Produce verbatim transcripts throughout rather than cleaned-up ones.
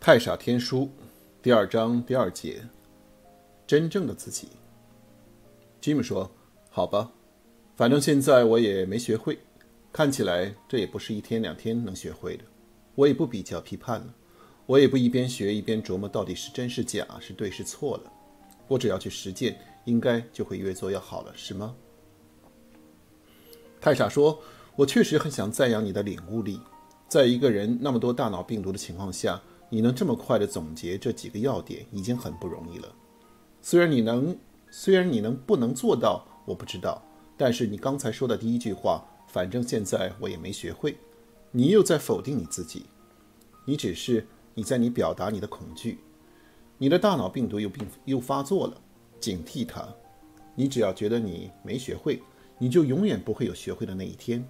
太傻天书第二章第二节，真正的自己。Jim 说：“好吧，反正现在我也没学会，看起来这也不是一天两天能学会的。我也不比较批判了，我也不一边学一边琢磨到底是真是假，是对是错了。我只要去实践，应该就会越做越好了，是吗？”太傻说：“我确实很想赞扬你的领悟力，在一个人那么多大脑病毒的情况下，你能这么快地总结这几个要点，已经很不容易了。虽然你能，虽然你能不能做到，我不知道。但是你刚才说的第一句话，反正现在我也没学会，你又在否定你自己。你只是你在你表达你的恐惧，你的大脑病毒又病又发作了，警惕它。你只要觉得你没学会，你就永远不会有学会的那一天。”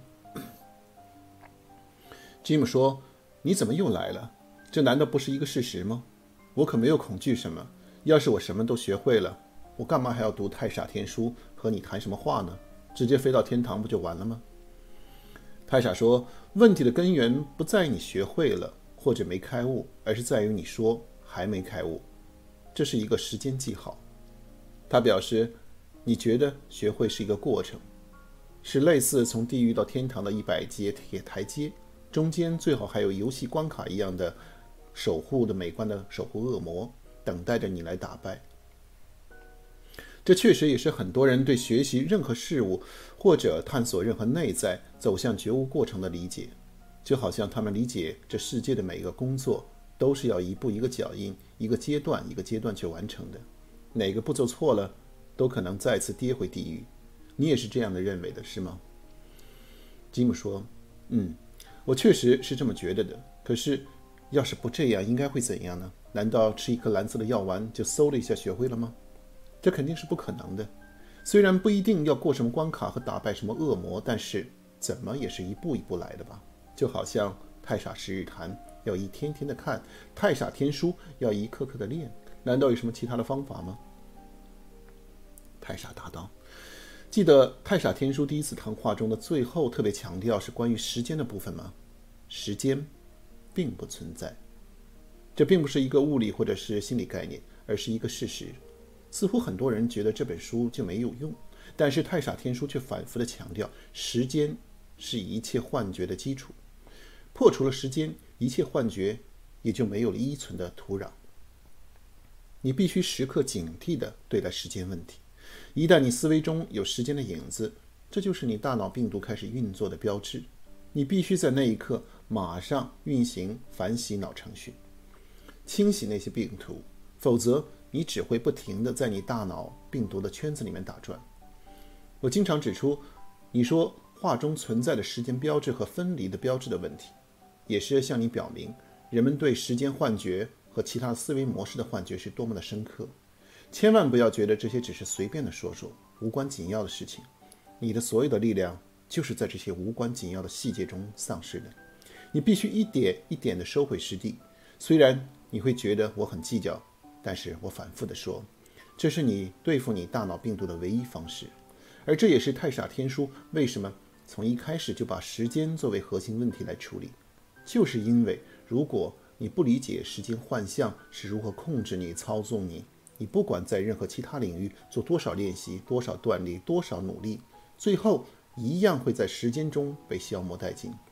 Jim 说：“你怎么又来了？这难道不是一个事实吗？我可没有恐惧什么。要是我什么都学会了，我干嘛还要读太傻天书和你谈什么话呢？直接飞到天堂不就完了吗？”太傻说：“问题的根源不在于你学会了或者没开悟，而是在于你说还没开悟。这是一个时间记号。”他表示，你觉得学会是一个过程，是类似从地狱到天堂的一百阶铁台阶，中间最好还有游戏关卡一样的守护的美观的守护恶魔，等待着你来打败。这确实也是很多人对学习任何事物或者探索任何内在走向觉悟过程的理解，就好像他们理解这世界的每一个工作都是要一步一个脚印，一个阶段一个阶段去完成的，哪个步骤错了都可能再次跌回地狱。你也是这样的认为的，是吗？吉姆说：“嗯，我确实是这么觉得的。可是要是不这样，应该会怎样呢？难道吃一颗蓝色的药丸就嗖的一下学会了吗？这肯定是不可能的。虽然不一定要过什么关卡和打败什么恶魔，但是怎么也是一步一步来的吧。就好像太傻十日谈要一天天的看，太傻天书要一刻刻的练，难道有什么其他的方法吗？”太傻答道：“记得太傻天书第一次谈话中的最后特别强调是关于时间的部分吗？时间并不存在，这并不是一个物理或者是心理概念，而是一个事实。似乎很多人觉得这本书就没有用，但是太傻天书却反复地强调，时间是一切幻觉的基础，破除了时间，一切幻觉也就没有了依存的土壤。你必须时刻警惕地对待时间问题，一旦你思维中有时间的影子，这就是你大脑病毒开始运作的标志。你必须在那一刻马上运行反洗脑程序，清洗那些病毒，否则你只会不停地在你大脑病毒的圈子里面打转。我经常指出，你说画中存在的时间标志和分离的标志的问题，也是向你表明人们对时间幻觉和其他思维模式的幻觉是多么的深刻。千万不要觉得这些只是随便的说说，无关紧要的事情。你的所有的力量就是在这些无关紧要的细节中丧失的。你必须一点一点地收回失地。虽然你会觉得我很计较，但是我反复地说，这是你对付你大脑病毒的唯一方式。而这也是太傻天书为什么从一开始就把时间作为核心问题来处理，就是因为如果你不理解时间幻象是如何控制你、操纵你，你不管在任何其他领域做多少练习、多少锻炼、多少努力，最后一样会在时间中被消磨殆尽。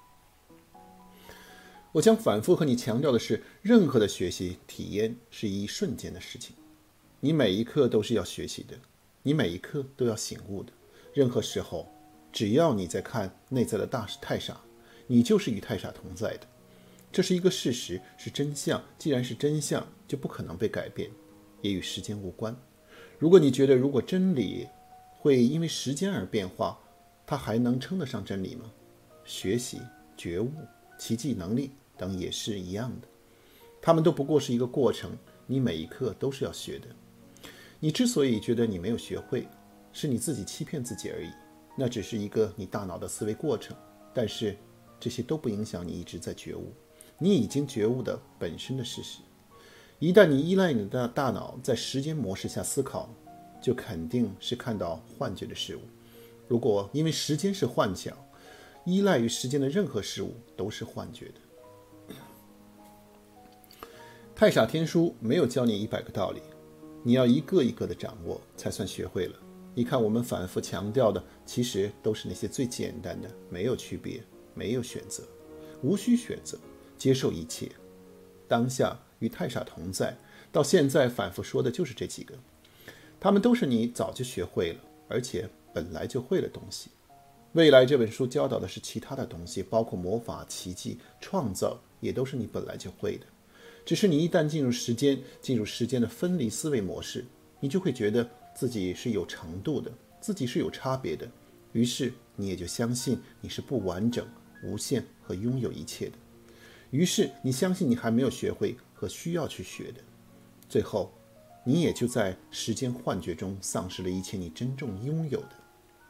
我想反复和你强调的是，任何的学习体验是一瞬间的事情，你每一刻都是要学习的，你每一刻都要醒悟的。任何时候，只要你在看内在的大太傻，你就是与太傻同在的。这是一个事实，是真相。既然是真相，就不可能被改变，也与时间无关。如果你觉得如果真理会因为时间而变化，它还能称得上真理吗？学习、觉悟、奇迹能力等也是一样的，它们都不过是一个过程，你每一刻都是要学的。你之所以觉得你没有学会，是你自己欺骗自己而已，那只是一个你大脑的思维过程，但是这些都不影响你一直在觉悟，你已经觉悟的本身的事实。一旦你依赖你的大脑在时间模式下思考，就肯定是看到幻觉的事物。如果因为时间是幻想，依赖于时间的任何事物都是幻觉的。 太傻天书没有教你一百个道理，你要一个一个的掌握，才算学会了。你看，我们反复强调的，其实都是那些最简单的，没有区别，没有选择，无需选择，接受一切，当下与太傻同在。到现在反复说的就是这几个，他们都是你早就学会了，而且本来就会的东西。未来这本书教导的是其他的东西，包括魔法、奇迹、创造，也都是你本来就会的。只是你一旦进入时间，进入时间的分离思维模式，你就会觉得自己是有程度的，自己是有差别的，于是你也就相信你是不完整、无限和拥有一切的。于是你相信你还没有学会和需要去学的，最后你也就在时间幻觉中丧失了一切你真正拥有的。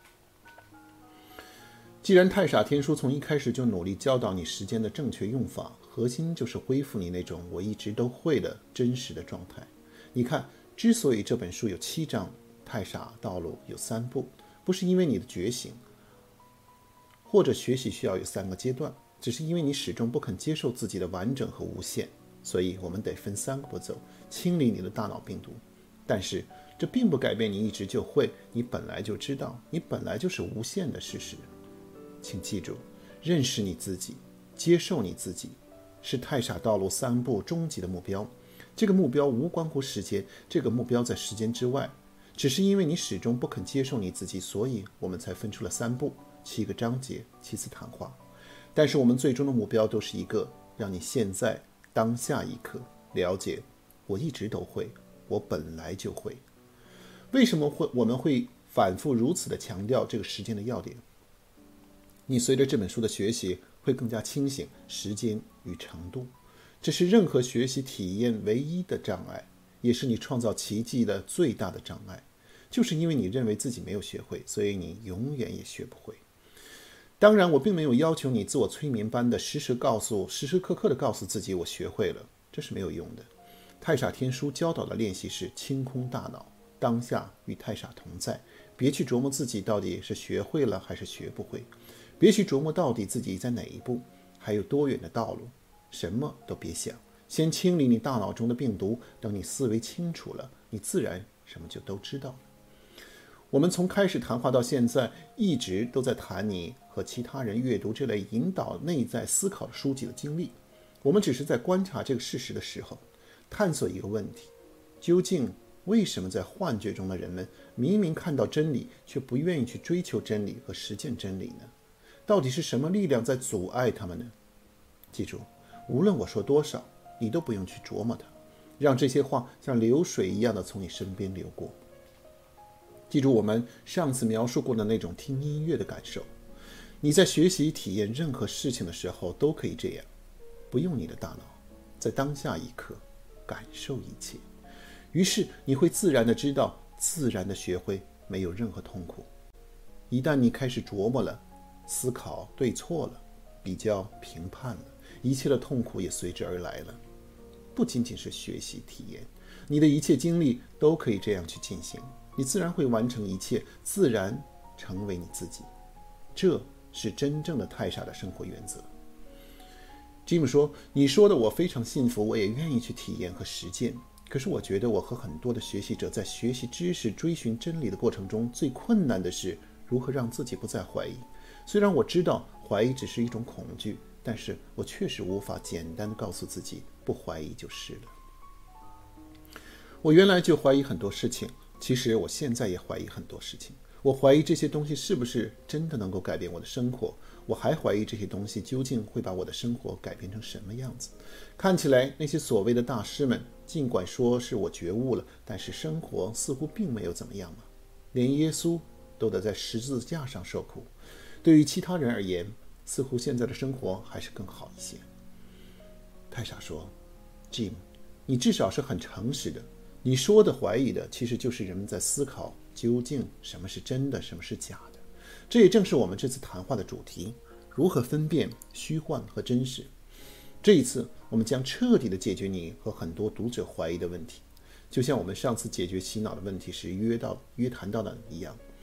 既然太傻天书从一开始就努力教导你时间的正确用法，核心就是恢复你那种我一直都会的真实的状态。你看，之所以这本书有七章，太傻道路有三步，不是因为你的觉醒或者学习需要有三个阶段，只是因为你始终不肯接受自己的完整和无限，所以我们得分三个步骤清理你的大脑病毒。但是这并不改变你一直就会，你本来就知道，你本来就是无限的事实。请记住，认识你自己，接受你自己，是太傻道路三步终极的目标。这个目标无关乎时间，这个目标在时间之外，只是因为你始终不肯接受你自己，所以我们才分出了三步、七个章节、七次谈话。但是我们最终的目标都是一个，让你现在当下一刻了解，我一直都会，我本来就会。为什么会我们会反复如此的强调这个时间的要点？你随着这本书的学习会更加清醒时间与程度，这是任何学习体验唯一的障碍，也是你创造奇迹的最大的障碍。就是因为你认为自己没有学会，所以你永远也学不会。当然，我并没有要求你自我催眠般的时时告诉时时刻刻的告诉自己我学会了，这是没有用的。太傻天书教导的练习是清空大脑，当下与太傻同在，别去琢磨自己到底是学会了还是学不会，别去琢磨到底自己在哪一步，还有多远的道路，什么都别想，先清理你大脑中的病毒，等你思维清楚了，你自然什么就都知道了。我们从开始谈话到现在，一直都在谈你和其他人阅读这类引导内在思考的书籍的经历。我们只是在观察这个事实的时候，探索一个问题：究竟为什么在幻觉中的人们明明看到真理，却不愿意去追求真理和实践真理呢？到底是什么力量在阻碍他们呢？记住，无论我说多少，你都不用去琢磨它，让这些话像流水一样的从你身边流过。记住我们上次描述过的那种听音乐的感受，你在学习体验任何事情的时候都可以这样，不用你的大脑，在当下一刻感受一切。于是你会自然的知道，自然的学会，没有任何痛苦。一旦你开始琢磨了，思考对错了，比较评判了，一切的痛苦也随之而来了。不仅仅是学习体验，你的一切经历都可以这样去进行，你自然会完成一切，自然成为你自己。这是真正的太傻的生活原则。Jim 说，你说的我非常信服，我也愿意去体验和实践。可是我觉得我和很多的学习者在学习知识、追寻真理的过程中，最困难的是如何让自己不再怀疑。虽然我知道怀疑只是一种恐惧，但是我确实无法简单的告诉自己不怀疑就是了。我原来就怀疑很多事情，其实我现在也怀疑很多事情。我怀疑这些东西是不是真的能够改变我的生活，我还怀疑这些东西究竟会把我的生活改变成什么样子。看起来那些所谓的大师们，尽管说是我觉悟了，但是生活似乎并没有怎么样嘛。连耶稣都得在十字架上受苦，对于其他人而言，似乎现在的生活还是更好一些。太傻说， Jim， 你至少是很诚实的，你说的怀疑的其实就是人们在思考究竟什么是真的，什么是假的。这也正是我们这次谈话的主题，如何分辨虚幻和真实。这一次我们将彻底的解决你和很多读者怀疑的问题，就像我们上次解决洗脑的问题时约到约谈到的一样。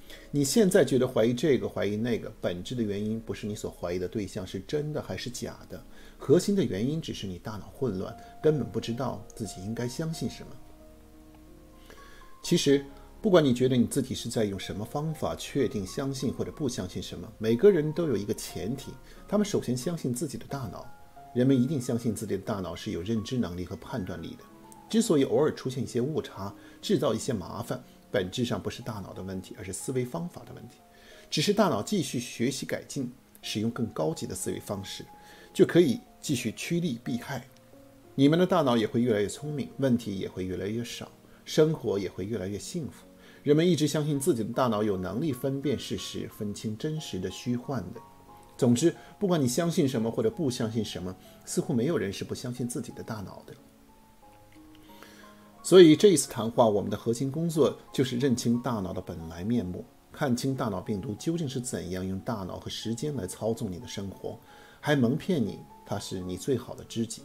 你现在觉得怀疑这个怀疑那个，本质的原因不是你所怀疑的对象是真的还是假的，核心的原因只是你大脑混乱，根本不知道自己应该相信什么。其实不管你觉得你自己是在用什么方法确定相信或者不相信什么，每个人都有一个前提，他们首先相信自己的大脑。人们一定相信自己的大脑是有认知能力和判断力的。之所以偶尔出现一些误差，制造一些麻烦，本质上不是大脑的问题，而是思维方法的问题。只是大脑继续学习改进，使用更高级的思维方式，就可以继续趋利避害。你们的大脑也会越来越聪明，问题也会越来越少，生活也会越来越幸福。人们一直相信自己的大脑有能力分辨事实，分清真实的虚幻的。总之，不管你相信什么或者不相信什么，似乎没有人是不相信自己的大脑的。所以这一次谈话，我们的核心工作就是认清大脑的本来面目，看清大脑病毒究竟是怎样用大脑和时间来操纵你的生活，还蒙骗你它是你最好的知己。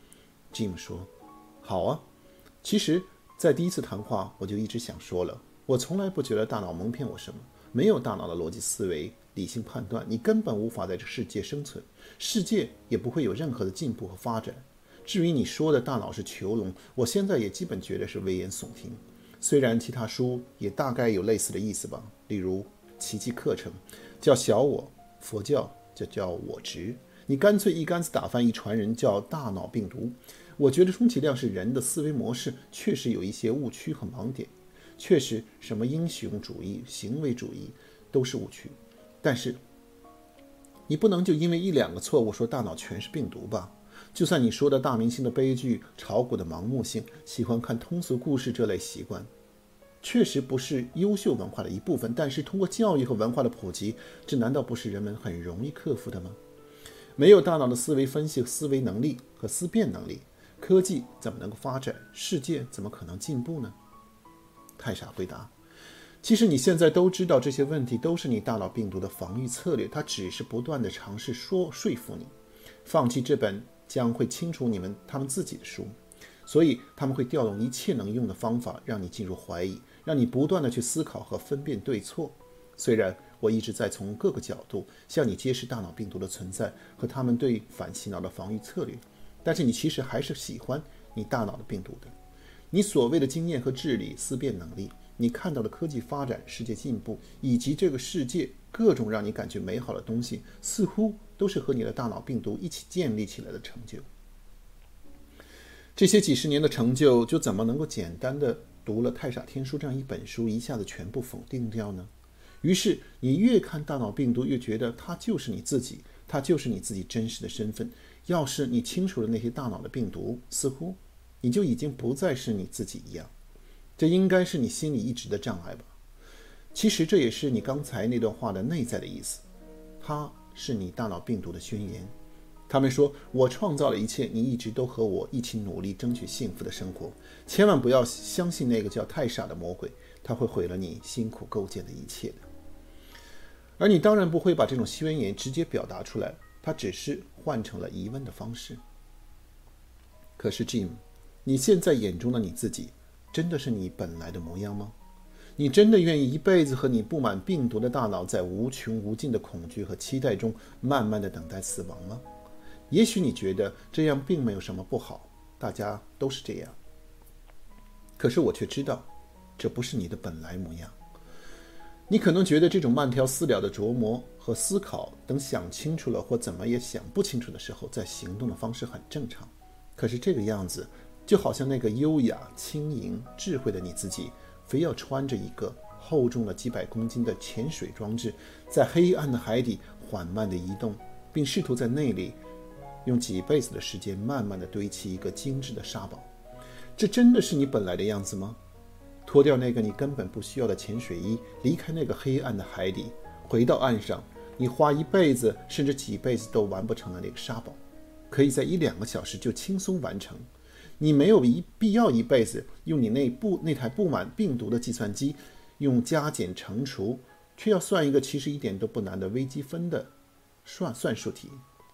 Jim 说，好啊，其实在第一次谈话我就一直想说了，我从来不觉得大脑蒙骗我什么，没有大脑的逻辑思维理性判断，你根本无法在这世界生存，世界也不会有任何的进步和发展。至于你说的大脑是囚笼，我现在也基本觉得是危言耸听。虽然其他书也大概有类似的意思吧，例如奇迹课程叫小我，佛教就叫我执，你干脆一竿子打翻一船人叫大脑病毒。我觉得充其量是人的思维模式确实有一些误区和盲点，确实什么英雄主义、行为主义都是误区，但是你不能就因为一两个错误说大脑全是病毒吧。就算你说的大明星的悲剧、炒股的盲目性、喜欢看通俗故事这类习惯，确实不是优秀文化的一部分，但是通过教育和文化的普及，这难道不是人们很容易克服的吗？没有大脑的思维分析、思维能力和思辨能力，科技怎么能够发展？世界怎么可能进步呢？太傻回答，其实你现在都知道这些问题都是你大脑病毒的防御策略，它只是不断的尝试说说服你放弃这本将会清除你们他们自己的书，所以他们会调动一切能用的方法让你进入怀疑，让你不断的去思考和分辨对错。虽然我一直在从各个角度向你揭示大脑病毒的存在和他们对反洗脑的防御策略，但是你其实还是喜欢你大脑的病毒的。你所谓的经验和智力、思辨能力，你看到的科技发展、世界进步，以及这个世界各种让你感觉美好的东西，似乎都是和你的大脑病毒一起建立起来的成就。这些几十年的成就，就怎么能够简单的读了《太傻天书》这样一本书，一下子全部否定掉呢？于是你越看大脑病毒，越觉得它就是你自己，它就是你自己真实的身份。要是你清除了那些大脑的病毒，似乎你就已经不再是你自己一样。这应该是你心里一直的障碍吧。其实这也是你刚才那段话的内在的意思，它是你大脑病毒的宣言。他们说，我创造了一切，你一直都和我一起努力争取幸福的生活，千万不要相信那个叫太傻的魔鬼，他会毁了你辛苦构建的一切的。而你当然不会把这种宣言直接表达出来，它只是换成了疑问的方式。可是 Jim， 你现在眼中的你自己真的是你本来的模样吗？你真的愿意一辈子和你布满病毒的大脑在无穷无尽的恐惧和期待中慢慢的等待死亡吗？也许你觉得这样并没有什么不好，大家都是这样。可是我却知道，这不是你的本来模样。你可能觉得这种慢条斯了的琢磨和思考，等想清楚了或怎么也想不清楚的时候再行动的方式很正常。可是这个样子，就好像那个优雅、轻盈、智慧的你自己，非要穿着一个厚重了几百公斤的潜水装置，在黑暗的海底缓慢地移动，并试图在那里用几辈子的时间慢慢地堆砌一个精致的沙堡。这真的是你本来的样子吗？脱掉那个你根本不需要的潜水衣，离开那个黑暗的海底，回到岸上，你花一辈子甚至几辈子都完不成的那个沙堡，可以在一两个小时就轻松完成。你没有一必要一辈子用你那部那台布满病毒的计算机，用加减乘除，却要算一个其实一点都不难的微积分的算算术题。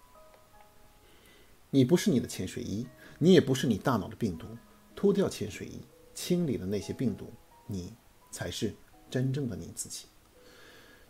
你不是你的潜水衣，你也不是你大脑的病毒。脱掉潜水衣，清理了那些病毒，你才是真正的你自己。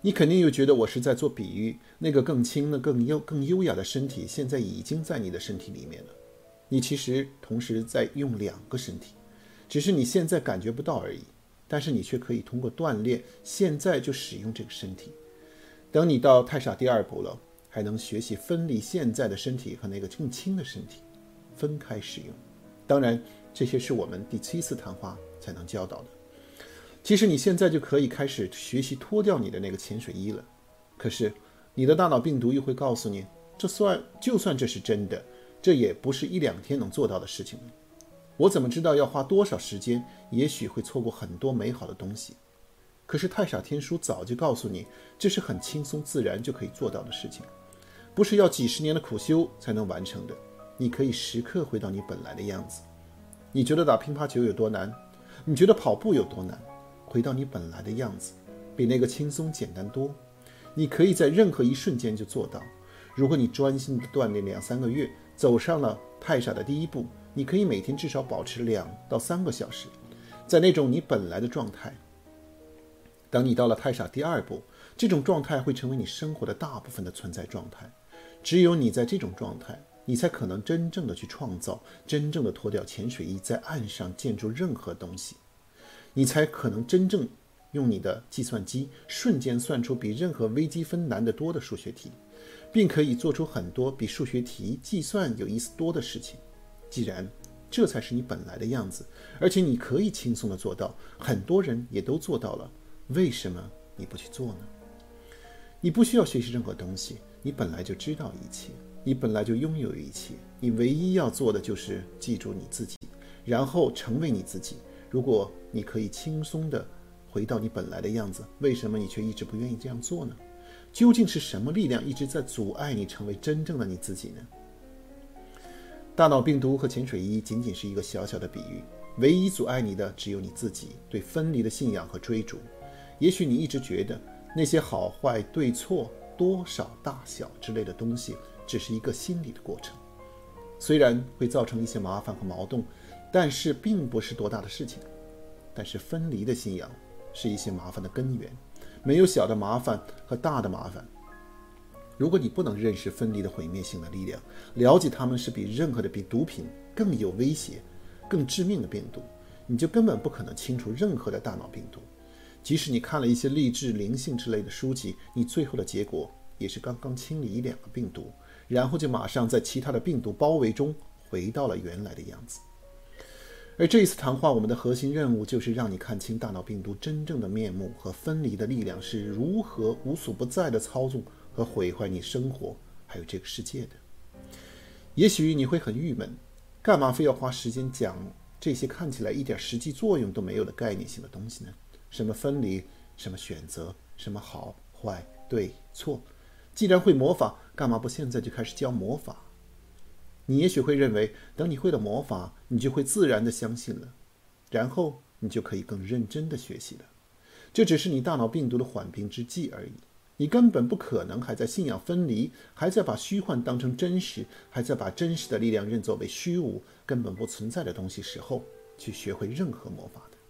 你肯定又觉得我是在做比喻，那个更轻的、更优、更优雅的身体，现在已经在你的身体里面了。你其实同时在用两个身体，只是你现在感觉不到而已。但是你却可以通过锻炼，现在就使用这个身体。等你到太傻第二步了，还能学习分离现在的身体和那个更轻的身体，分开使用。当然，这些是我们第七次谈话才能教导的。其实你现在就可以开始学习脱掉你的那个潜水衣了。可是你的大脑病毒又会告诉你，这算就算这是真的，这也不是一两天能做到的事情了。我怎么知道要花多少时间？也许会错过很多美好的东西。可是太傻天书早就告诉你，这是很轻松自然就可以做到的事情，不是要几十年的苦修才能完成的。你可以时刻回到你本来的样子。你觉得打乒乓球有多难？你觉得跑步有多难？回到你本来的样子，比那个轻松简单多。你可以在任何一瞬间就做到。如果你专心的锻炼两三个月，走上了太傻的第一步，你可以每天至少保持两到三个小时，在那种你本来的状态。等你到了太傻第二步，这种状态会成为你生活的大部分的存在状态。只有你在这种状态，你才可能真正的去创造，真正的脱掉潜水衣，在岸上建筑任何东西。你才可能真正用你的计算机瞬间算出比任何微积分难得多的数学题，并可以做出很多比数学题计算有意思多的事情。既然这才是你本来的样子，而且你可以轻松的做到，很多人也都做到了，为什么你不去做呢？你不需要学习任何东西，你本来就知道一切，你本来就拥有一切，你唯一要做的就是记住你自己，然后成为你自己。如果你可以轻松地回到你本来的样子，为什么你却一直不愿意这样做呢？究竟是什么力量一直在阻碍你成为真正的你自己呢？大脑病毒和潜水衣仅仅是一个小小的比喻，唯一阻碍你的只有你自己对分离的信仰和追逐。也许你一直觉得那些好坏、对错、多少、大小之类的东西只是一个心理的过程，虽然会造成一些麻烦和矛盾，但是并不是多大的事情。但是分离的信仰是一些麻烦的根源，没有小的麻烦和大的麻烦。如果你不能认识分离的毁灭性的力量，了解它们是比任何的比毒品更有威胁、更致命的病毒，你就根本不可能清除任何的大脑病毒。即使你看了一些励志、灵性之类的书籍，你最后的结果也是刚刚清理一两个病毒，然后就马上在其他的病毒包围中回到了原来的样子。而这一次谈话，我们的核心任务就是让你看清大脑病毒真正的面目和分离的力量是如何无所不在的操纵和毁坏你生活还有这个世界的。也许你会很郁闷，干嘛非要花时间讲这些看起来一点实际作用都没有的概念性的东西呢？什么分离，什么选择，什么好坏对错，既然会魔法，干嘛不现在就开始教魔法？你也许会认为，等你会了魔法，你就会自然地相信了，然后你就可以更认真地学习了。这只是你大脑病毒的缓兵之计而已。你根本不可能还在信仰分离，还在把虚幻当成真实，还在把真实的力量认作为虚无、根本不存在的东西时候，去学会任何魔法的。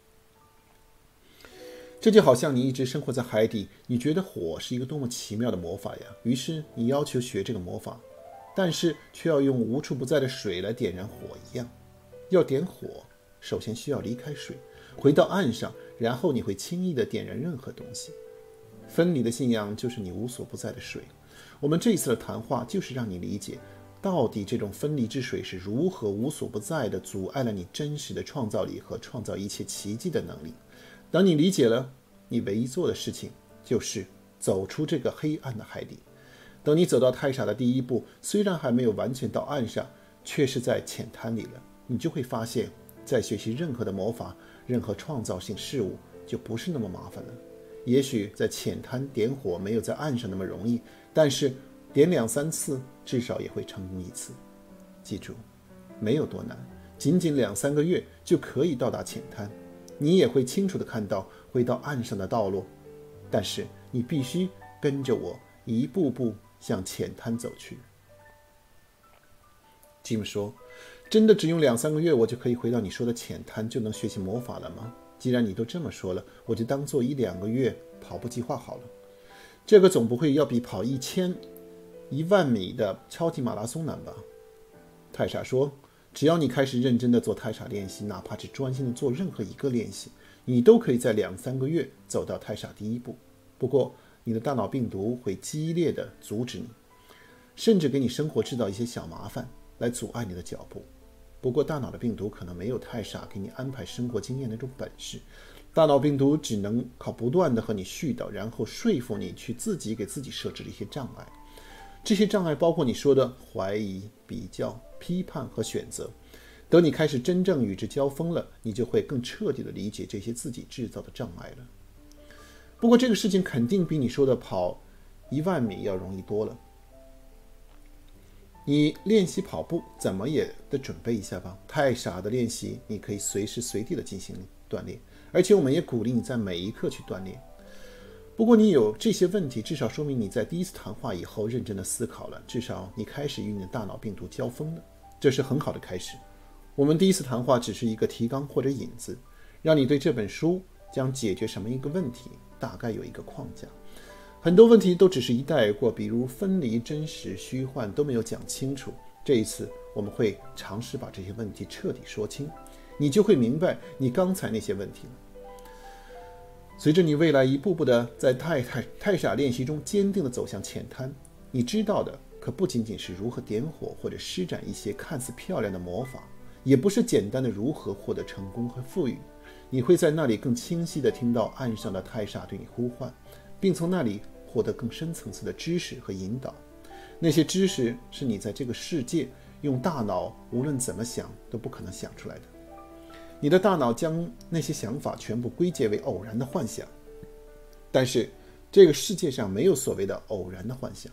这就好像你一直生活在海底，你觉得火是一个多么奇妙的魔法呀，于是你要求学这个魔法，但是却要用无处不在的水来点燃火一样。要点火，首先需要离开水，回到岸上，然后你会轻易地点燃任何东西。分离的信仰就是你无所不在的水。我们这一次的谈话就是让你理解，到底这种分离之水是如何无所不在地阻碍了你真实的创造力和创造一切奇迹的能力。当你理解了，你唯一做的事情就是走出这个黑暗的海底。等你走到太傻的第一步，虽然还没有完全到岸上，却是在浅滩里了，你就会发现，在学习任何的魔法、任何创造性事物就不是那么麻烦了。也许在浅滩点火没有在岸上那么容易，但是点两三次至少也会成功一次。记住，没有多难，仅仅两三个月就可以到达浅滩，你也会清楚地看到回到岸上的道路。但是你必须跟着我一步步向浅滩走去。Jim 说，真的只用两三个月我就可以回到你说的浅滩，就能学习魔法了吗？既然你都这么说了，我就当做一两个月跑步计划好了。 这个总不会要比跑一千、一万米的超级马拉松难吧？泰莎说，只要你开始认真的做泰莎练习，哪怕只专心的做任何一个练习，你都可以在两三个月走到泰莎第一步。不过你的大脑病毒会激烈的阻止你，甚至给你生活制造一些小麻烦来阻碍你的脚步。不过大脑的病毒可能没有泰莎给你安排生活经验那种本事，大脑病毒只能靠不断的和你絮叨，然后说服你去自己给自己设置了一些障碍。这些障碍包括你说的怀疑、比较、批判和选择。等你开始真正与之交锋了，你就会更彻底的理解这些自己制造的障碍了。不过这个事情肯定比你说的跑一万米要容易多了。你练习跑步怎么也得准备一下吧。太傻的练习你可以随时随地的进行锻炼，而且我们也鼓励你在每一刻去锻炼。不过你有这些问题，至少说明你在第一次谈话以后认真的思考了，至少你开始与你的大脑病毒交锋了，这是很好的开始。我们第一次谈话只是一个提纲或者引子，让你对这本书将解决什么一个问题大概有一个框架。很多问题都只是一带而过，比如分离、真实、虚幻都没有讲清楚。这一次我们会尝试把这些问题彻底说清，你就会明白你刚才那些问题了。随着你未来一步步的在泰泰泰傻练习中坚定的走向浅滩，你知道的可不仅仅是如何点火或者施展一些看似漂亮的魔法，也不是简单的如何获得成功和富裕。你会在那里更清晰地听到岸上的泰莎对你呼唤，并从那里获得更深层次的知识和引导。那些知识是你在这个世界用大脑无论怎么想都不可能想出来的。你的大脑将那些想法全部归结为偶然的幻想，但是这个世界上没有所谓的偶然的幻想。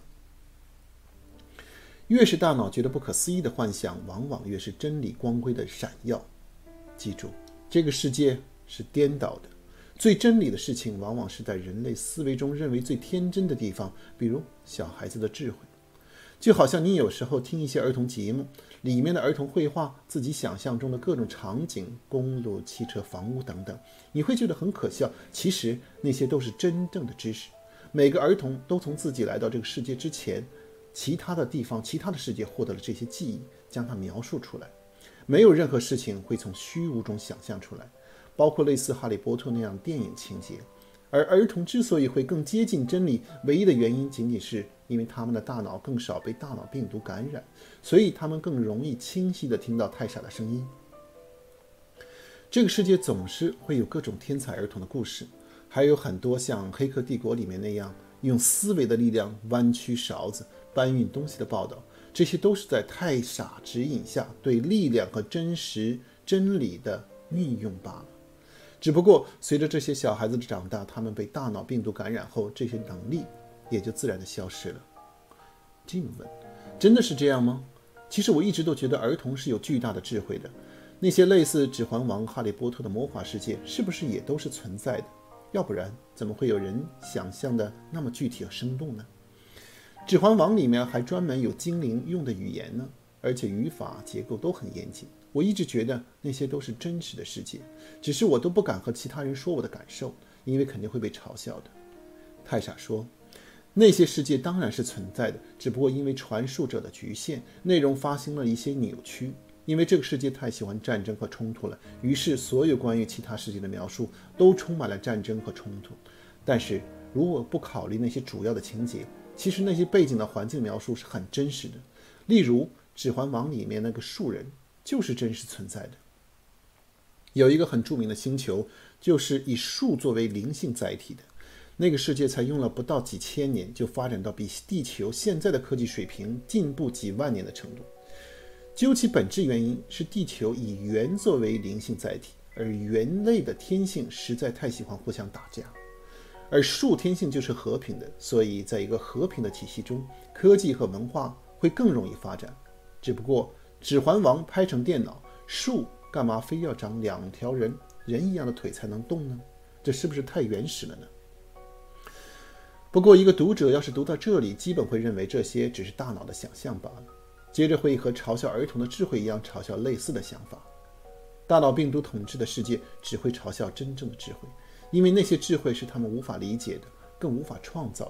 越是大脑觉得不可思议的幻想，往往越是真理光辉的闪耀。记住，这个世界是颠倒的，最真理的事情往往是在人类思维中认为最天真的地方，比如小孩子的智慧。就好像你有时候听一些儿童节目，里面的儿童绘画自己想象中的各种场景，公路、汽车、房屋等等，你会觉得很可笑，其实那些都是真正的知识。每个儿童都从自己来到这个世界之前，其他的地方、其他的世界获得了这些记忆，将它描述出来。没有任何事情会从虚无中想象出来，包括类似哈利波特那样电影情节。而儿童之所以会更接近真理，唯一的原因仅仅是因为他们的大脑更少被大脑病毒感染，所以他们更容易清晰地听到太傻的声音。这个世界总是会有各种天才儿童的故事，还有很多像《黑客帝国》里面那样用思维的力量弯曲勺子搬运东西的报道，这些都是在太傻指引下对力量和真实真理的运用罢了。只不过随着这些小孩子的长大，他们被大脑病毒感染后，这些能力也就自然的消失了。Jim问，真的是这样吗？其实我一直都觉得儿童是有巨大的智慧的，那些类似指环王、哈利波特的魔法世界是不是也都是存在的？要不然怎么会有人想象的那么具体和生动呢？指环王里面还专门有精灵用的语言呢，而且语法结构都很严谨。我一直觉得那些都是真实的世界，只是我都不敢和其他人说我的感受，因为肯定会被嘲笑的。太傻说，那些世界当然是存在的，只不过因为传述者的局限，内容发生了一些扭曲。因为这个世界太喜欢战争和冲突了，于是所有关于其他世界的描述都充满了战争和冲突。但是如果不考虑那些主要的情节，其实那些背景的环境描述是很真实的。例如《指环王》里面那个树人就是真实存在的。有一个很著名的星球，就是以树作为灵性载体的，那个世界才用了不到几千年，就发展到比地球现在的科技水平进步几万年的程度。究其本质原因是地球以猿作为灵性载体，而猿类的天性实在太喜欢互相打架，而树天性就是和平的，所以在一个和平的体系中，科技和文化会更容易发展。只不过指环王拍成电脑，树干嘛非要长两条人人一样的腿才能动呢？这是不是太原始了呢？不过一个读者要是读到这里，基本会认为这些只是大脑的想象罢了，接着会和嘲笑儿童的智慧一样嘲笑类似的想法。大脑病毒统治的世界只会嘲笑真正的智慧，因为那些智慧是他们无法理解的，更无法创造的。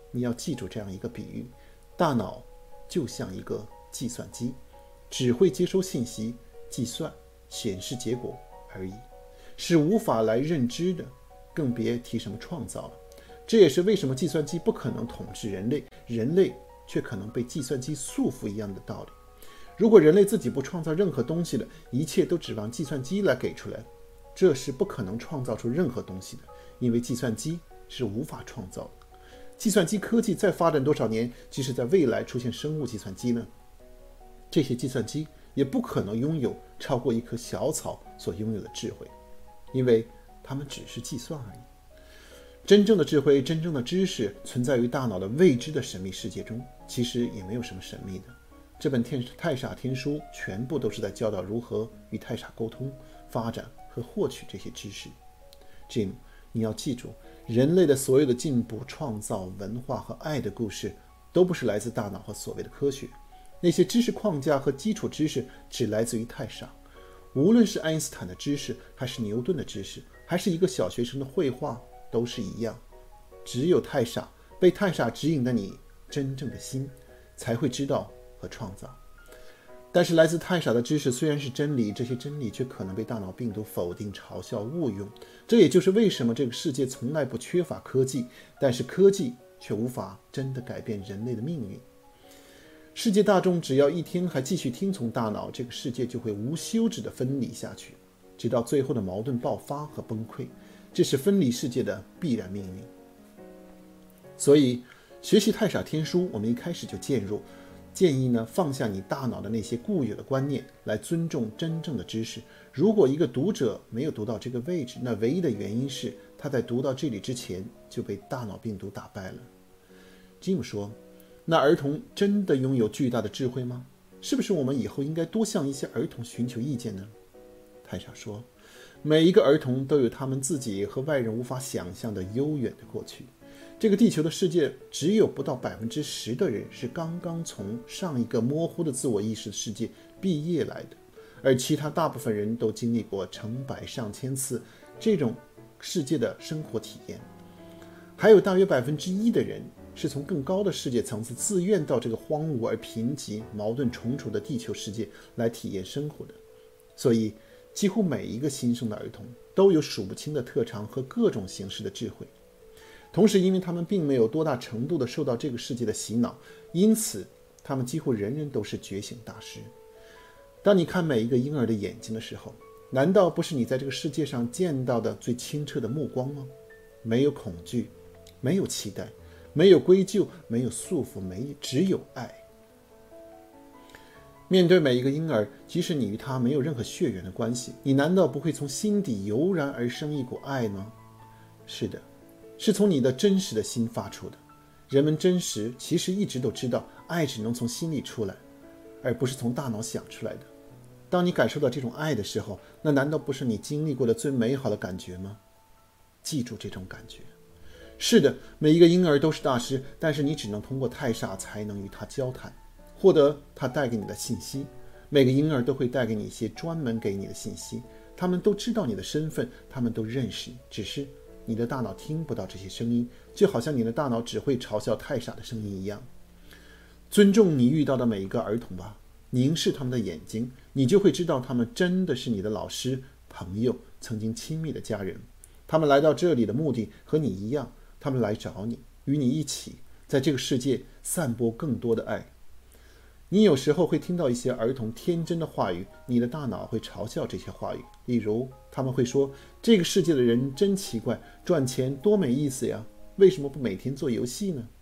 你要记住这样一个比喻：大脑就像一个计算机，只会接收信息、计算、显示结果而已，是无法来认知的，更别提什么创造了。这也是为什么计算机不可能统治人类，人类却可能被计算机束缚一样的道理。如果人类自己不创造任何东西了，一切都指望计算机来给出来，这是不可能创造出任何东西的，因为计算机是无法创造的。计算机科技再发展多少年，即使在未来出现生物计算机呢，这些计算机也不可能拥有超过一棵小草所拥有的智慧，因为它们只是计算而已。真正的智慧，真正的知识存在于大脑的未知的神秘世界中，其实也没有什么神秘的。这本太傻天书全部都是在教导如何与太傻沟通、发展和获取这些知识。Jim， 你要记住，人类的所有的进步、创造、文化和爱的故事，都不是来自大脑和所谓的科学。那些知识框架和基础知识只来自于太傻。无论是爱因斯坦的知识，还是牛顿的知识，还是一个小学生的绘画，都是一样。只有太傻，被太傻指引的你真正的心，才会知道和创造。但是来自太傻的知识虽然是真理，这些真理却可能被大脑病毒否定、嘲笑、误用。这也就是为什么这个世界从来不缺乏科技，但是科技却无法真的改变人类的命运。世界大众只要一天还继续听从大脑，这个世界就会无休止的分离下去，直到最后的矛盾爆发和崩溃。这是分离世界的必然命运。所以学习太傻天书，我们一开始就介入建议呢，放下你大脑的那些固有的观念，来尊重真正的知识。如果一个读者没有读到这个位置，那唯一的原因是他在读到这里之前就被大脑病毒打败了。Jim 说，那儿童真的拥有巨大的智慧吗？是不是我们以后应该多向一些儿童寻求意见呢？太傻说，每一个儿童都有他们自己和外人无法想象的悠远的过去。这个地球的世界只有不到百分之十的人是刚刚从上一个模糊的自我意识的世界毕业来的，而其他大部分人都经历过成百上千次这种世界的生活体验。还有大约百分之一的人是从更高的世界层次自愿到这个荒芜而贫瘠、矛盾重重的地球世界来体验生活的。所以，几乎每一个新生的儿童都有数不清的特长和各种形式的智慧。同时，因为他们并没有多大程度地受到这个世界的洗脑，因此他们几乎人人都是觉醒大师。当你看每一个婴儿的眼睛的时候，难道不是你在这个世界上见到的最清澈的目光吗？没有恐惧，没有期待，没有归咎，没有束缚，没只有爱。面对每一个婴儿，即使你与他没有任何血缘的关系，你难道不会从心底油然而生一股爱吗？是的，是从你的真实的心发出的。人们真实其实一直都知道，爱只能从心里出来，而不是从大脑想出来的。当你感受到这种爱的时候，那难道不是你经历过的最美好的感觉吗？记住这种感觉。是的，每一个婴儿都是大师，但是你只能通过太傻才能与他交谈，获得他带给你的信息。每个婴儿都会带给你一些专门给你的信息，他们都知道你的身份，他们都认识你，只是你的大脑听不到这些声音，就好像你的大脑只会嘲笑太傻的声音一样。尊重你遇到的每一个儿童吧，凝视他们的眼睛，你就会知道他们真的是你的老师、朋友、曾经亲密的家人。他们来到这里的目的和你一样，他们来找你，与你一起在这个世界散播更多的爱。你有时候会听到一些儿童天真的话语，你的大脑会嘲笑这些话语。例如，他们会说，这个世界的人真奇怪，赚钱多没意思呀，为什么不每天做游戏呢？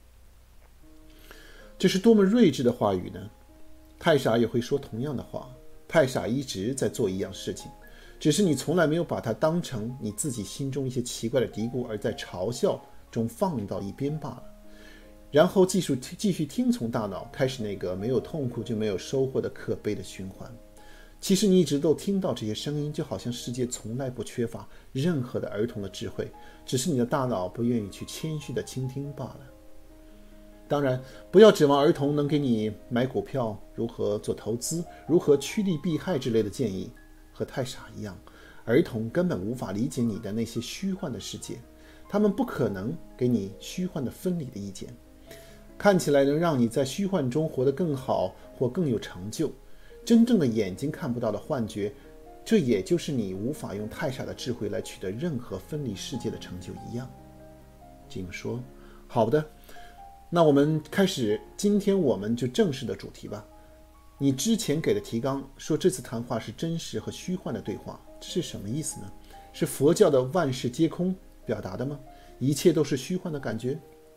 这是多么睿智的话语呢？太傻也会说同样的话，太傻一直在做一样事情，只是你从来没有把它当成你自己心中一些奇怪的嘀咕，而在嘲笑中放到一边罢了。然后继续继续听从大脑，开始那个没有痛苦就没有收获的可悲的循环。其实你一直都听到这些声音，就好像世界从来不缺乏任何的儿童的智慧，只是你的大脑不愿意去谦虚的倾听罢了。当然，不要指望儿童能给你买股票、如何做投资、如何趋利避害之类的建议。和太傻一样，儿童根本无法理解你的那些虚幻的世界， 他们不可能给你虚幻的分离的意见，看起来能让你在虚幻中活得更好或更有成就。真正的眼睛看不到的幻觉，这也就是你无法用太傻的智慧来取得任何分离世界的成就一样。Jim 说，好的，那我们开始今天我们就正式的主题吧。你之前给的提纲说这次谈话是真实和虚幻的对话，这是什么意思呢？是佛教的万事皆空表达的吗？一切都是虚幻的感觉？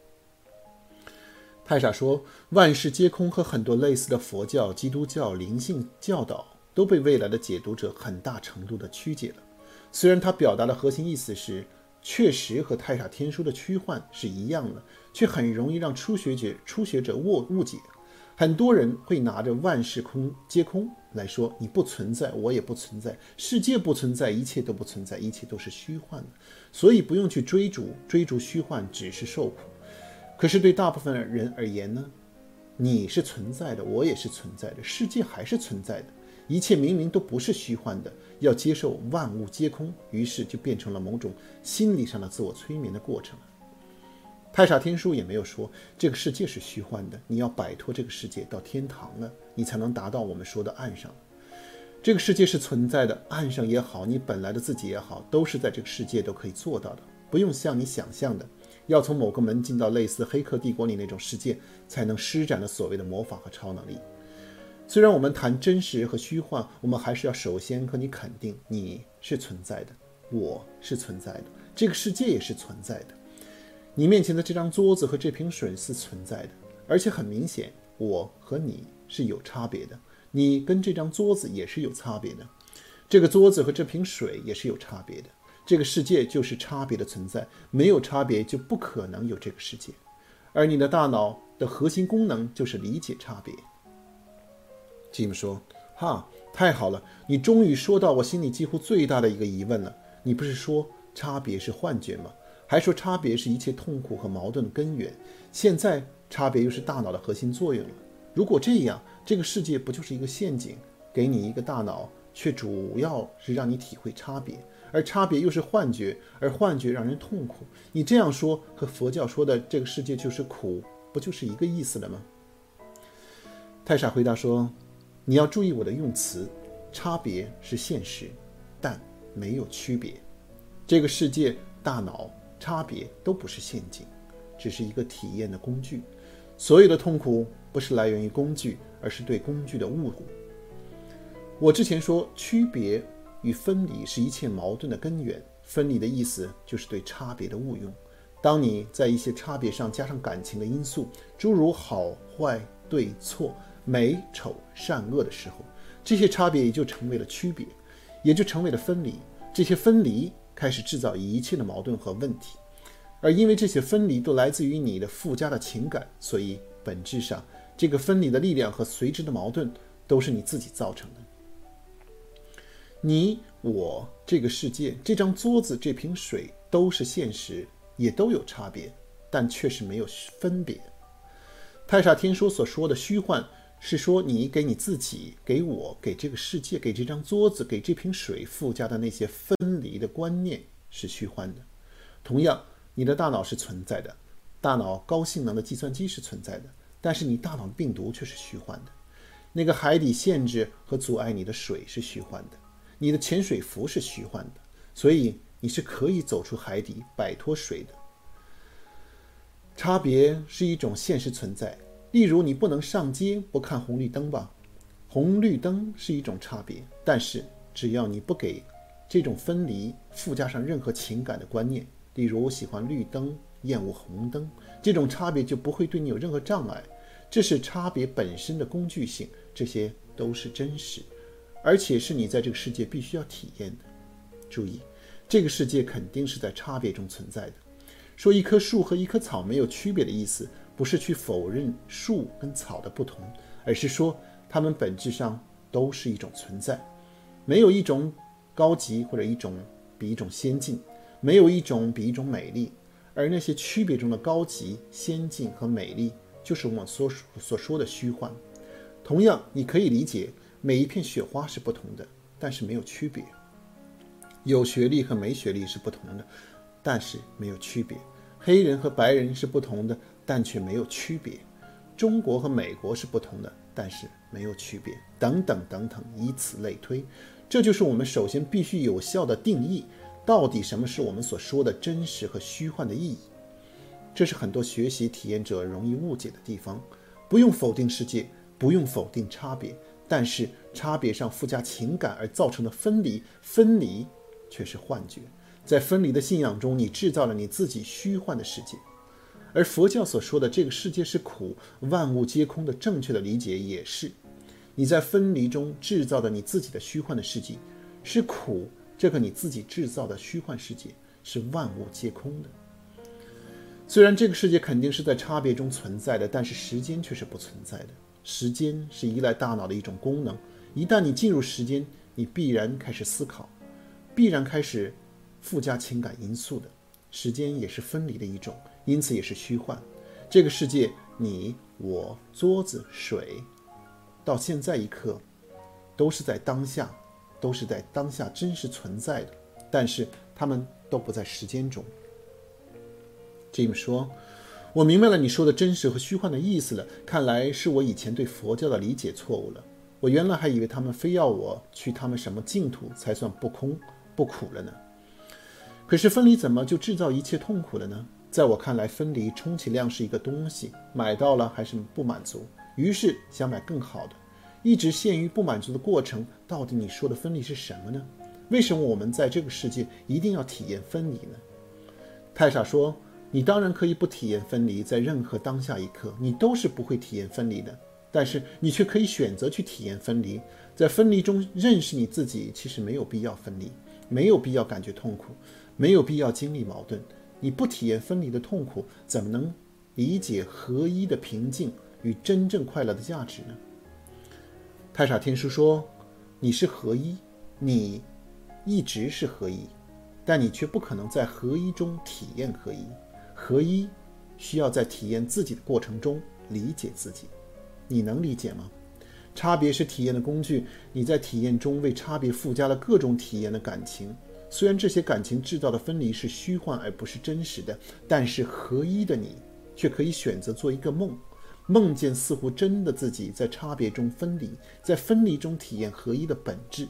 太傻说，万事皆空和很多类似的佛教、基督教灵性教导都被未来的解读者很大程度的曲解了。虽然他表达的核心意思是确实和太傻天书的虚幻是一样的，却很容易让初学者初学者误误解。很多人会拿着万事空皆空来说，你不存在，我也不存在，世界不存在，一切都不存在，一切都是虚幻的，所以不用去追逐，追逐虚幻只是受苦。可是对大部分人而言呢，你是存在的，我也是存在的，世界还是存在的，一切明明都不是虚幻的，要接受万物皆空，于是就变成了某种心理上的自我催眠的过程。太傻天书也没有说这个世界是虚幻的，你要摆脱这个世界到天堂了，你才能达到我们说的岸上。这个世界是存在的，岸上也好，你本来的自己也好，都是在这个世界都可以做到的，不用像你想象的要从某个门进到类似黑客帝国里那种世界才能施展的所谓的魔法和超能力。虽然我们谈真实和虚幻，我们还是要首先和你肯定你是存在的，我是存在的，这个世界也是存在的，你面前的这张桌子和这瓶水是存在的，而且很明显我和你是有差别的，你跟这张桌子也是有差别的，这个桌子和这瓶水也是有差别的，这个世界就是差别的存在，没有差别就不可能有这个世界。而你的大脑的核心功能就是理解差别。Jim 说，哈，太好了，你终于说到我心里几乎最大的一个疑问了。你不是说差别是幻觉吗？还说差别是一切痛苦和矛盾的根源，现在差别又是大脑的核心作用了。如果这样，这个世界不就是一个陷阱，给你一个大脑，却主要是让你体会差别，而差别又是幻觉，而幻觉让人痛苦。你这样说和佛教说的这个世界就是苦，不就是一个意思了吗？太傻回答说，你要注意我的用词，差别是现实，但没有区别。这个世界、大脑、差别都不是陷阱，只是一个体验的工具。所有的痛苦不是来源于工具，而是对工具的误读。我之前说，区别与分离是一切矛盾的根源，分离的意思就是对差别的误用。当你在一些差别上加上感情的因素，诸如好坏、对错、美丑、善恶的时候，这些差别也就成为了区别，也就成为了分离。这些分离开始制造一切的矛盾和问题，而因为这些分离都来自于你的附加的情感，所以本质上这个分离的力量和随之的矛盾都是你自己造成的。你、我、这个世界、这张桌子、这瓶水都是现实，也都有差别，但确实没有分别。太傻天书所说的虚幻，是说你给你自己、给我、给这个世界、给这张桌子、给这瓶水附加的那些分离的观念是虚幻的。同样，你的大脑是存在的，大脑高性能的计算机是存在的，但是你大脑的病毒却是虚幻的。那个海底限制和阻碍你的水是虚幻的，你的潜水服是虚幻的，所以你是可以走出海底，摆脱水的。差别是一种现实存在，例如你不能上街不看红绿灯吧，红绿灯是一种差别，但是只要你不给这种分离附加上任何情感的观念，例如我喜欢绿灯厌恶红灯，这种差别就不会对你有任何障碍。这是差别本身的工具性，这些都是真实，而且是你在这个世界必须要体验的。注意，这个世界肯定是在差别中存在的。说一棵树和一棵草没有区别的意思，不是去否认树跟草的不同，而是说它们本质上都是一种存在，没有一种高级或者一种比一种先进，没有一种比一种美丽，而那些区别中的高级、先进和美丽，就是我们所所说的虚幻。同样，你可以理解每一片雪花是不同的，但是没有区别。有学历和没学历是不同的， 但是没有区别；黑人和白人是不同的，但却没有区别；中国和美国是不同的，但是没有区别，等等等等，以此类推。这就是我们首先必须有效的定义，到底什么是我们所说的真实和虚幻的意义。这是很多学习体验者容易误解的地方。不用否定世界，不用否定差别，但是差别上附加情感而造成的分离，分离却是幻觉。在分离的信仰中，你制造了你自己虚幻的世界。而佛教所说的这个世界是苦，万物皆空的正确的理解也是，你在分离中制造的你自己的虚幻的世界是苦，这个你自己制造的虚幻世界是万物皆空的。虽然这个世界肯定是在差别中存在的，但是时间却是不存在的。时间是依赖大脑的一种功能，一旦你进入时间，你必然开始思考，必然开始附加情感因素的。时间也是分离的一种，因此也是虚幻。这个世界，你、我、桌子、水，到现在一刻，都是在当下，都是在当下真实存在的，但是它们都不在时间中。Jim 说，我明白了你说的真实和虚幻的意思了，看来是我以前对佛教的理解错误了。我原来还以为他们非要我去他们什么净土才算不空不苦了呢。可是分离怎么就制造一切痛苦了呢？在我看来，分离充其量是一个东西，买到了还是不满足，于是想买更好的，一直陷于不满足的过程。到底你说的分离是什么呢？为什么我们在这个世界一定要体验分离呢？太傻说，你当然可以不体验分离，在任何当下一刻，你都是不会体验分离的。但是你却可以选择去体验分离，在分离中认识你自己。其实没有必要分离，没有必要感觉痛苦，没有必要经历矛盾。你不体验分离的痛苦，怎么能理解合一的平静与真正快乐的价值呢？太傻天书说，你是合一，你一直是合一，但你却不可能在合一中体验合一。合一需要在体验自己的过程中理解自己。你能理解吗？差别是体验的工具，你在体验中为差别附加了各种体验的感情。虽然这些感情制造的分离是虚幻而不是真实的，但是合一的你却可以选择做一个梦，梦见似乎真的自己在差别中分离，在分离中体验合一的本质。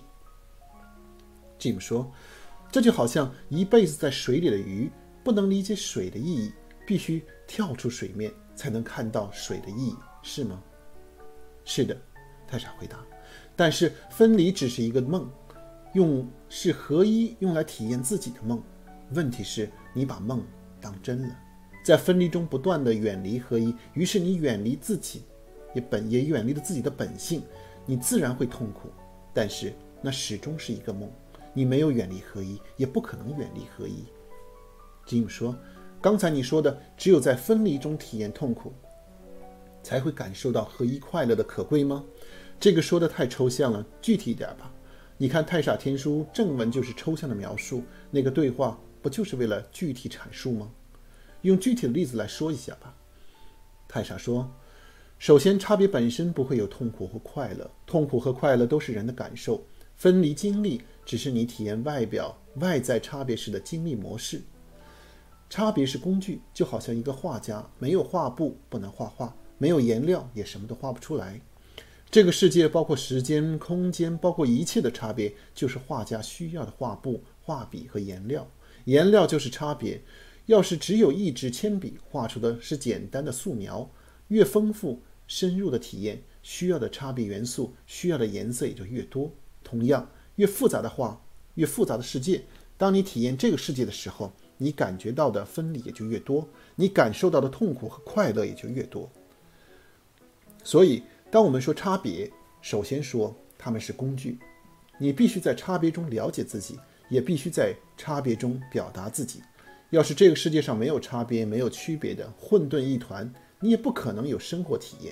Jim 说，这就好像一辈子在水里的鱼，不能理解水的意义，必须跳出水面才能看到水的意义，是吗？是的，太傻回答。但是分离只是一个梦，用是合一用来体验自己的梦。问题是你把梦当真了，在分离中不断的远离合一，于是你远离自己，也本也远离了自己的本性，你自然会痛苦。但是那始终是一个梦，你没有远离合一，也不可能远离合一。Jim 说，刚才你说的只有在分离中体验痛苦，才会感受到合一快乐的可贵吗？这个说的太抽象了，具体一点吧。你看太傻天书正文就是抽象的描述，那个对话不就是为了具体阐述吗？用具体的例子来说一下吧。太傻说，首先差别本身不会有痛苦和快乐，痛苦和快乐都是人的感受，分离经历只是你体验外表外在差别时的经历模式。差别是工具，就好像一个画家，没有画布不能画画，没有颜料也什么都画不出来。这个世界包括时间、空间，包括一切的差别，就是画家需要的画布、画笔和颜料。颜料就是差别。要是只有一支铅笔，画出的是简单的素描，越丰富深入的体验，需要的差别元素、需要的颜色也就越多。同样，越复杂的画，越复杂的世界，当你体验这个世界的时候，你感觉到的分离也就越多，你感受到的痛苦和快乐也就越多。所以当我们说差别，首先说它们是工具，你必须在差别中了解自己，也必须在差别中表达自己。要是这个世界上没有差别，没有区别的混沌一团，你也不可能有生活体验。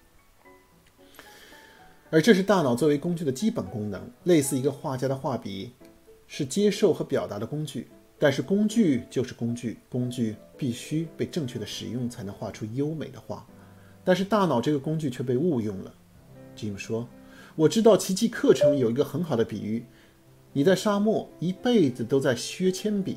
而这是大脑作为工具的基本功能，类似一个画家的画笔是接受和表达的工具，但是工具就是工具，工具必须被正确的使用才能画出优美的画。但是大脑这个工具却被误用了。 Jim 说，我知道奇迹课程有一个很好的比喻，你在沙漠一辈子都在削铅笔，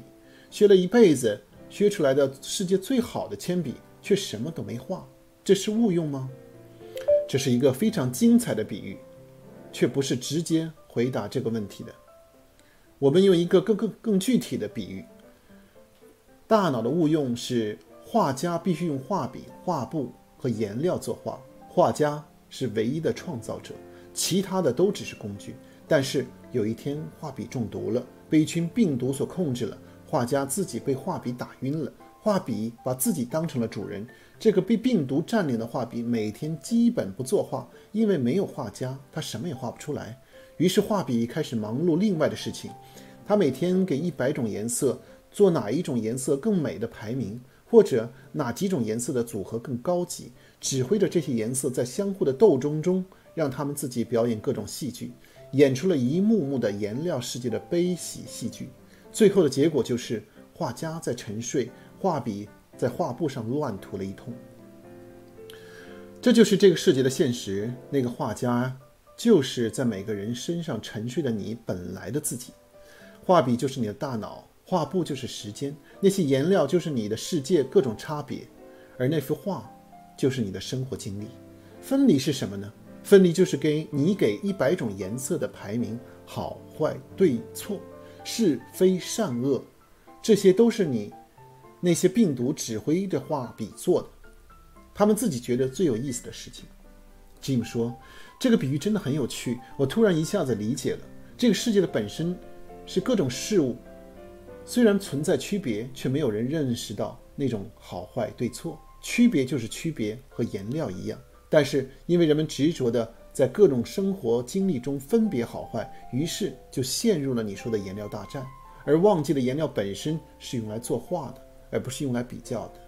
学了一辈子，学出来的世界最好的铅笔却什么都没画，这是误用吗？这是一个非常精彩的比喻，却不是直接回答这个问题的。我们用一个更更更具体的比喻，大脑的误用是画家必须用画笔、画布和颜料作画，画家是唯一的创造者，其他的都只是工具。但是有一天画笔中毒了，被一群病毒所控制了，画家自己被画笔打晕了，画笔把自己当成了主人。这个被病毒占领的画笔每天基本不作画，因为没有画家，他什么也画不出来。于是画笔开始忙碌另外的事情，他每天给一百种颜色做哪一种颜色更美的排名，或者哪几种颜色的组合更高级，指挥着这些颜色在相互的斗争中，让他们自己表演各种戏剧，演出了一幕幕的颜料世界的悲喜戏剧。最后的结果就是画家在沉睡，画笔在画布上乱涂了一通。这就是这个世界的现实，那个画家就是在每个人身上沉睡的你本来的自己。画笔就是你的大脑，画布就是时间，那些颜料就是你的世界各种差别，而那幅画就是你的生活经历。分离是什么呢？分离就是给你给一百种颜色的排名，好坏对错，是非善恶，这些都是你那些病毒指挥着画笔做的，他们自己觉得最有意思的事情。Jim 说，这个比喻真的很有趣，我突然一下子理解了，这个世界的本身是各种事物虽然存在区别，却没有人认识到那种好坏对错，区别就是区别，和颜料一样。但是因为人们执着的在各种生活经历中分别好坏，于是就陷入了你说的颜料大战，而忘记了颜料本身是用来作画的，而不是用来比较的。